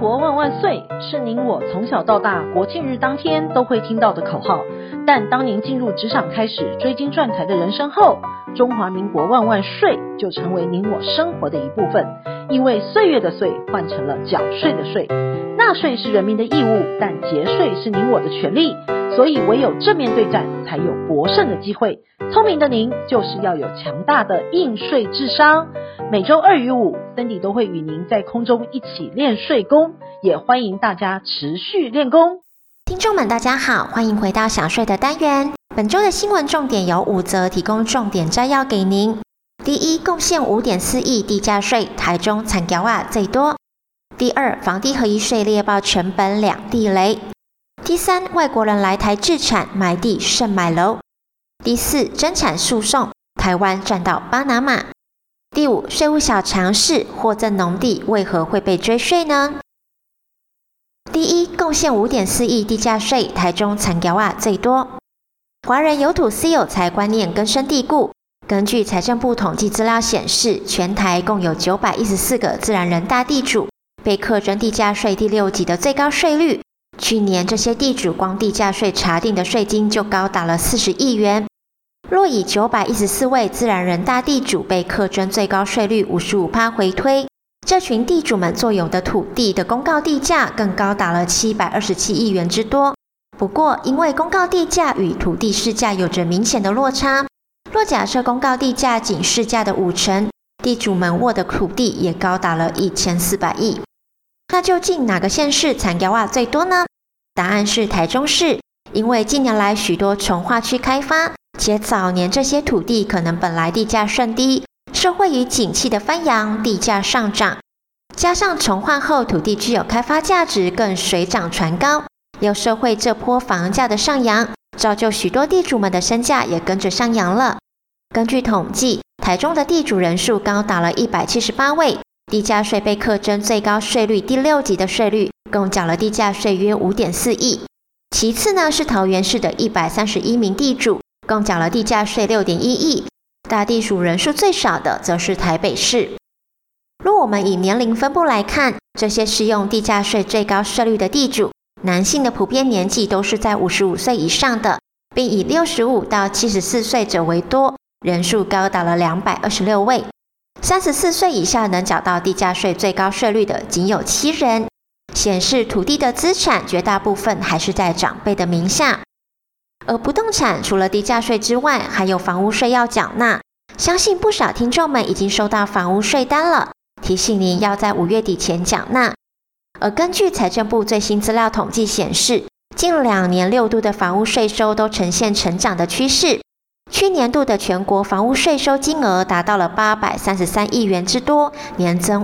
国万万岁是您我从小到大国庆日当天都会听到的口号，但当您进入职场开始追金赚财的人生后，中华民国万万岁就成为您我生活的一部分，因为岁月的岁换成了缴税的税。纳税是人民的义务，但节税是您我的权利，所以唯有正面对战才有博胜的机会。聪明的您就是要有强大的应税智商。每周2与5 Cindy 都会与您在空中一起练税功，也欢迎大家持续练功。 听众们大家好，欢迎回到想税的单元。本周的新闻重点有5则，提供重点摘要给您。第一，贡献 5.4 亿地价税，台中产条啊最多。第二，房地合一税猎豹成本2地雷。第三，外国人来台置产买地胜买楼。第四，增产诉讼，台湾占到巴拿马。第五，税务小常识，获赠农地为何会被追税呢？第一，贡献 5.4 亿地价税，台中产条啊最多。华人有土私有财观念根深蒂固。根据财政部统计资料显示，全台共有914个自然人大地主被课征地价税第6级的最高税率。去年这些地主光地价税查定的税金就高达了40亿元。若以914位自然人大地主被课征最高税率 55% 回推，这群地主们所有的土地的公告地价更高达了727亿元之多。不过，因为公告地价与土地市价有着明显的落差，若假设公告地价仅市价的50%，地主们握的土地也高达了1400亿。那究竟哪个县市产条啊最多呢？答案是台中市，因为近年来许多重划区开发，且早年这些土地可能本来地价甚低，受惠于景气的翻扬，地价上涨，加上重划后土地具有开发价值，更水涨船高，又受惠这波房价的上扬，造就许多地主们的身价也跟着上扬了。根据统计，台中的地主人数高达了178位，地价税被课征最高税率第6级的税率，共缴了地价税约 5.4 亿。其次呢是桃园市的131名地主，共缴了地价税 6.1 亿。大地主人数最少的则是台北市。若我们以年龄分布来看，这些适用地价税最高税率的地主，男性的普遍年纪都是在55岁以上的，并以65到74岁者为多，人数高达了226位。34岁以下能缴到地价税最高税率的仅有7人，显示土地的资产绝大部分还是在长辈的名下。而不动产除了地价税之外，还有房屋税要缴纳，相信不少听众们已经收到房屋税单了，提醒您要在5月底前缴纳。而根据财政部最新资料统计显示，近2年6度的房屋税收都呈现成长的趋势。去年度的全国房屋税收金额达到了833亿元之多，年增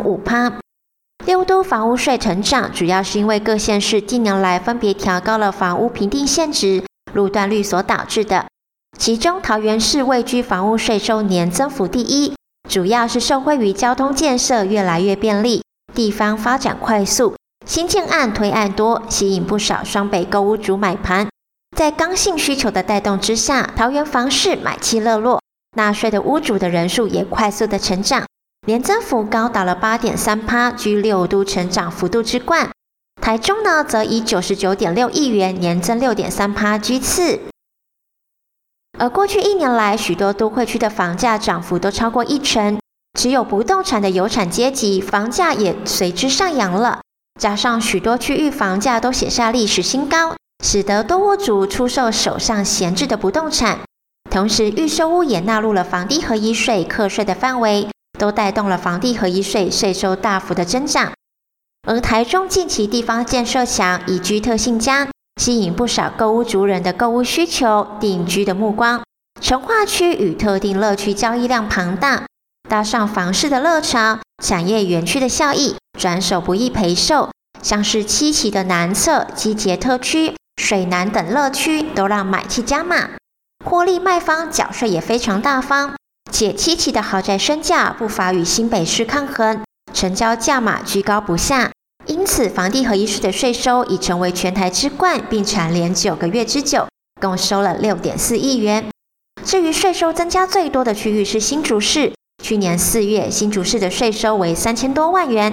5%。6都房屋税成长主要是因为各县市近年来分别调高了房屋评定现值、路段率所导致的。其中桃园市位居房屋税收年增幅第1，主要是受惠于交通建设越来越便利，地方发展快速，新建案推案多，吸引不少双北购屋族买盘。在刚性需求的带动之下，桃园房市买气热络，纳税的屋主的人数也快速的成长，年增幅高达了 8.3%， 居6都成长幅度之冠。台中呢，则以 99.6 亿元年增 6.3% 居次。而过去1年来，许多都会区的房价涨幅都超过1%，只有不动产的有产阶级房价也随之上扬了，加上许多区域房价都写下历史新高，使得多屋主出售手上闲置的不动产，同时预售屋也纳入了房地合一税课税的范围，都带动了房地合一税税收大幅的增长。而台中近期地方建设强，宜居特性佳，吸引不少购屋族人的购屋需求、定居的目光。重划区与特定乐区交易量庞大，搭上房市的热潮，产业园区的效益，转手不易陪售，像是七期的南侧、基捷特区、水南等乐区都让买气加码，获利卖方缴税也非常大方，且七期的豪宅身价不乏与新北市抗衡，成交价码居高不下。因此，房地合一税的税收已成为全台之冠，并蝉联9个月之久，共收了 6.4 亿元。至于税收增加最多的区域是新竹市，去年4月新竹市的税收为3000多万元，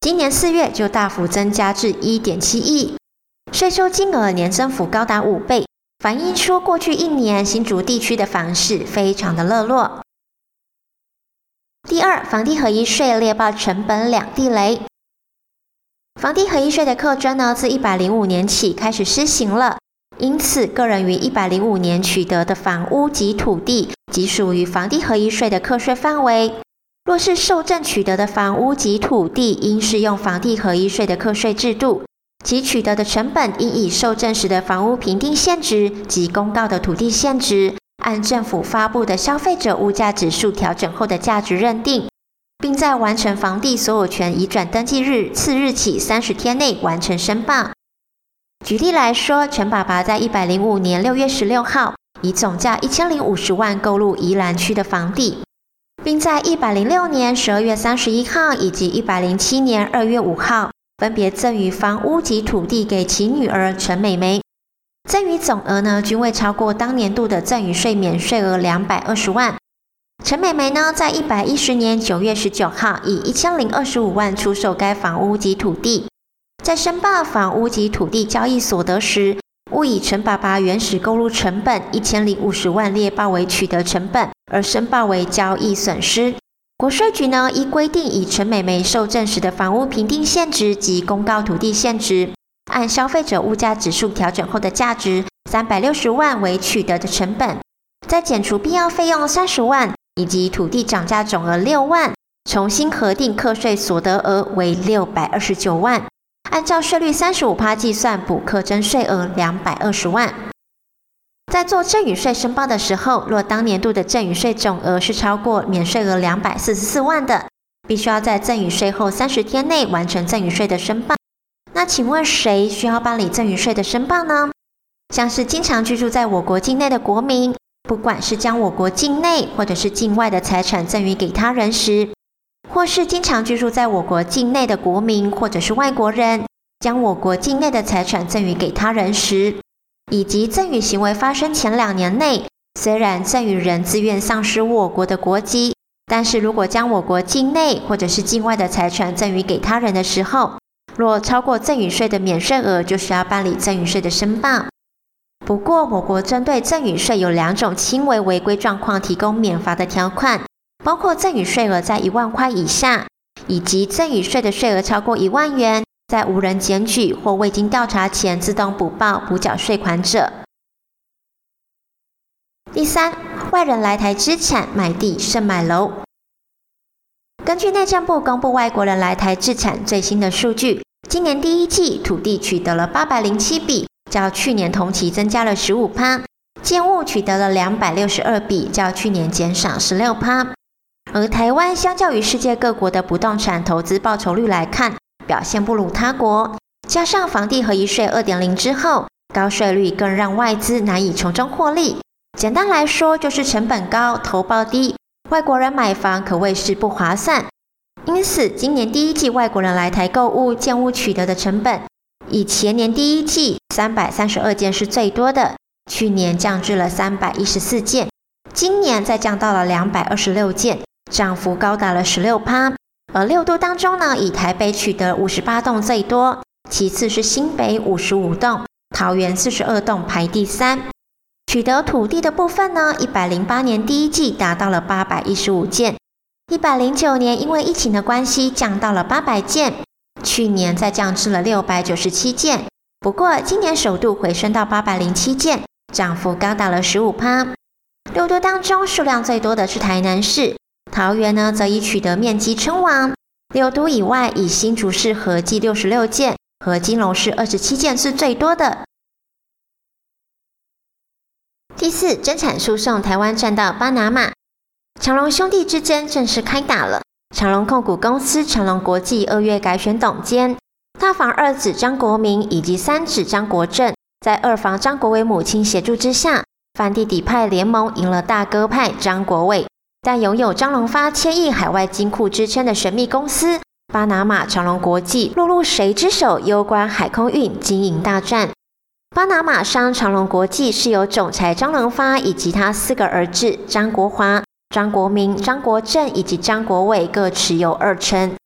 今年4月就大幅增加至 1.7 亿，税收金额年增幅高达5倍，反映出过去1年新竹地区的房市非常的热络。第二，房地合一税猎豹成本2地雷。房地合一税的课征呢，自105年起开始施行了，因此个人于105年取得的房屋及土地，即属于房地合一税的课税范围。若是受赠取得的房屋及土地，应适用房地合一税的课税制度，其取得的成本应以受赠时的房屋评定现值及公告的土地现值，按政府发布的消费者物价指数调整后的价值认定，并在完成房地所有权移转登记日次日起30天内完成申报。举例来说，陈爸爸在105年6月16号以总价1050万购入宜兰区的房地，并在106年12月31号以及107年2月5号分别赠予房屋及土地给其女儿陈美眉，赠与总额呢均未超过当年度的赠与税免税额220万。陈美眉呢在110年9月19号以1025万出售该房屋及土地，在申报房屋及土地交易所得时，误以陈爸爸原始购入成本1050万列报为取得成本，而申报为交易损失。国税局呢依规定以陈美眉受赠时的房屋评定现值及公告土地现值，按消费者物价指数调整后的价值360万为取得的成本，再减除必要费用30万以及土地涨价总额6万，重新核定课税所得额为629万，按照税率35%计算补课征税额220万。在做赠与税申报的时候，若当年度的赠与税总额是超过免税额244万的，必须要在赠与税后30天内完成赠与税的申报。那请问谁需要办理赠与税的申报呢？像是经常居住在我国境内的国民，不管是将我国境内或者是境外的财产赠与给他人时，或是经常居住在我国境内的国民或者是外国人，将我国境内的财产赠与给他人时，以及赠与行为发生前2年内，虽然赠与人自愿丧失我国的国籍，但是如果将我国境内或者是境外的财产赠与给他人的时候，若超过赠与税的免税额，就需要办理赠与税的申报。不过，我国针对赠与税有2种轻微违规状况提供免罚的条款，包括赠与税额在1万块以下，以及赠与税的税额超过1万元，在无人检举或未经调查前自动补报补缴税款者。第三，外人来台资产买地胜买楼。根据内政部公布外国人来台置产最新的数据，今年第1季土地取得了807笔，较去年同期增加了 15%， 建物取得了262笔，较去年减少 16%。 而台湾相较于世界各国的不动产投资报酬率来看，表现不如他国，加上房地合一税 2.0 之后，高税率更让外资难以从中获利。简单来说，就是成本高，投报低，外国人买房可谓是不划算。因此，今年第1季外国人来台购物建物取得的成本，以前年第1季332件是最多的，去年降至了314件，今年再降到了226件，涨幅高达了 16%。而6都当中呢，以台北取得58栋最多，其次是新北55栋，桃园42栋排第3。取得土地的部分呢，108年第1季达到了815件，109年因为疫情的关系降到了800件，去年再降至了697件，不过今年首度回升到807件，涨幅高达了 15%。6都当中数量最多的是台南市，桃园呢则以取得面积称王，6都以外以新竹市合计66件和金龙市27件是最多的。第4，争产诉讼台湾占到巴拿马。长荣兄弟之争正式开打了。长荣控股公司长荣国际2月改选董监，大房二子张国民以及三子张国正，在二房张国伟母亲协助之下，反弟弟派联盟赢了大哥派张国伟，但拥有张荣发千亿海外金库之称的神秘公司巴拿马长荣国际落入谁之手，攸关海空运经营大战。巴拿马商长荣国际是由总裁张荣发以及他4个儿子张国华、张国民、张国正以及张国伟各持有2成。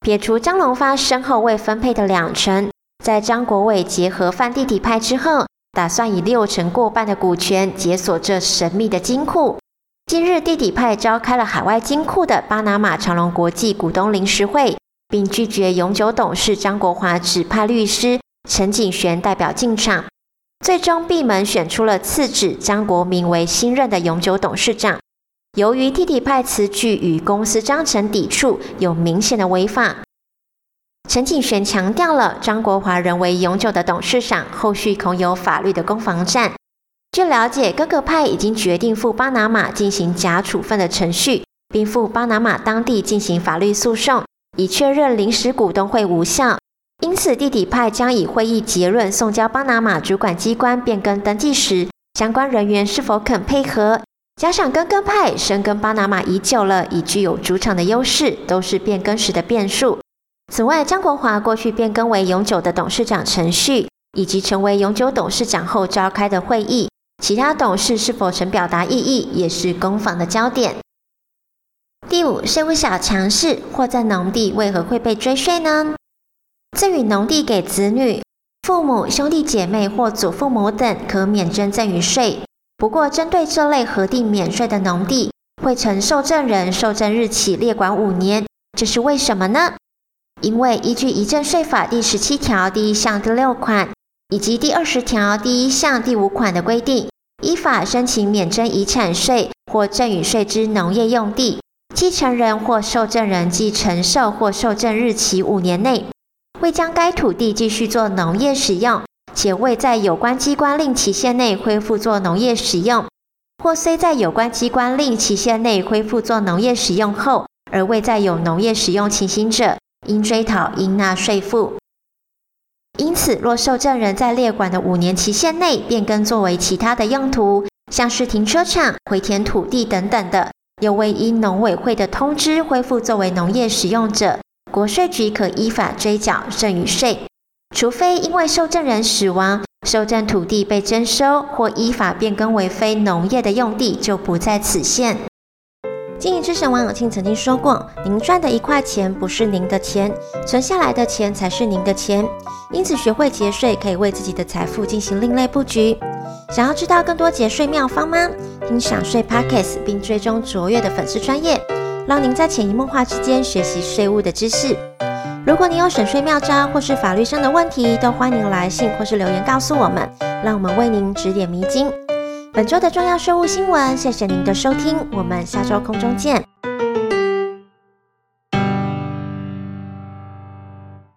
撇除张荣发身后未分配的2成，在张国伟结合泛地体派之后，打算以6成过半的股权解锁这神秘的金库。近日，地体派召开了海外金库的巴拿马长隆国际股东临时会，并拒绝永久董事张国华指派律师陈景璇代表进场，最终闭门选出了次子张国明为新任的永久董事长。由于地体派此举与公司章程抵触，有明显的违法。陈景璇强调了张国华仍为永久的董事长，后续恐有法律的攻防战。据了解，哥哥派已经决定赴巴拿马进行假处分的程序，并赴巴拿马当地进行法律诉讼，以确认临时股东会无效。因此，地体派将以会议结论送交巴拿马主管机关变更登记时，相关人员是否肯配合。加上哥哥派深耕巴拿马已久了，已具有主场的优势，都是变更时的变数。此外，张国华过去变更为永久的董事长程序，以及成为永久董事长后召开的会议，其他董事是否曾表达异议，也是攻防的焦点。第5，税务小常识，获赠农地为何会被追税呢？赠与农地给子女、父母、兄弟姐妹或祖父母等，可免征赠与税。不过，针对这类核定免税的农地，会承受赠人受赠日起列管5年，这是为什么呢？因为依据遗赠税法第17条第1项第6款以及第20条第1项第5款的规定，依法申请免征遗产税或赠与税之农业用地，继承人或受赠人继承受或受赠日期5年内，未将该土地继续做农业使用，且未在有关机关令期限内恢复做农业使用，或虽在有关机关令期限内恢复做农业使用后，而未在有农业使用情形者，应追讨应纳税负。因此，若受赠人在列管的5年期限内变更作为其他的用途，像是停车场、回填土地等等的，又未因农委会的通知恢复作为农业使用者，国税局可依法追缴赠与税。除非因为受赠人死亡，受赠土地被征收或依法变更为非农业的用地，就不在此限。经营之神王永庆曾经说过，您赚的1块钱不是您的钱，存下来的钱才是您的钱。因此，学会节税可以为自己的财富进行另类布局。想要知道更多节税妙方吗？听享税 Podcast 并追踪卓越的粉丝专页，让您在潜移默化之间学习税务的知识。如果你有省税妙招或是法律上的问题，都欢迎来信或是留言告诉我们，让我们为您指点迷津。本周的重要税务新闻，谢谢您的收听，我们下周空中见。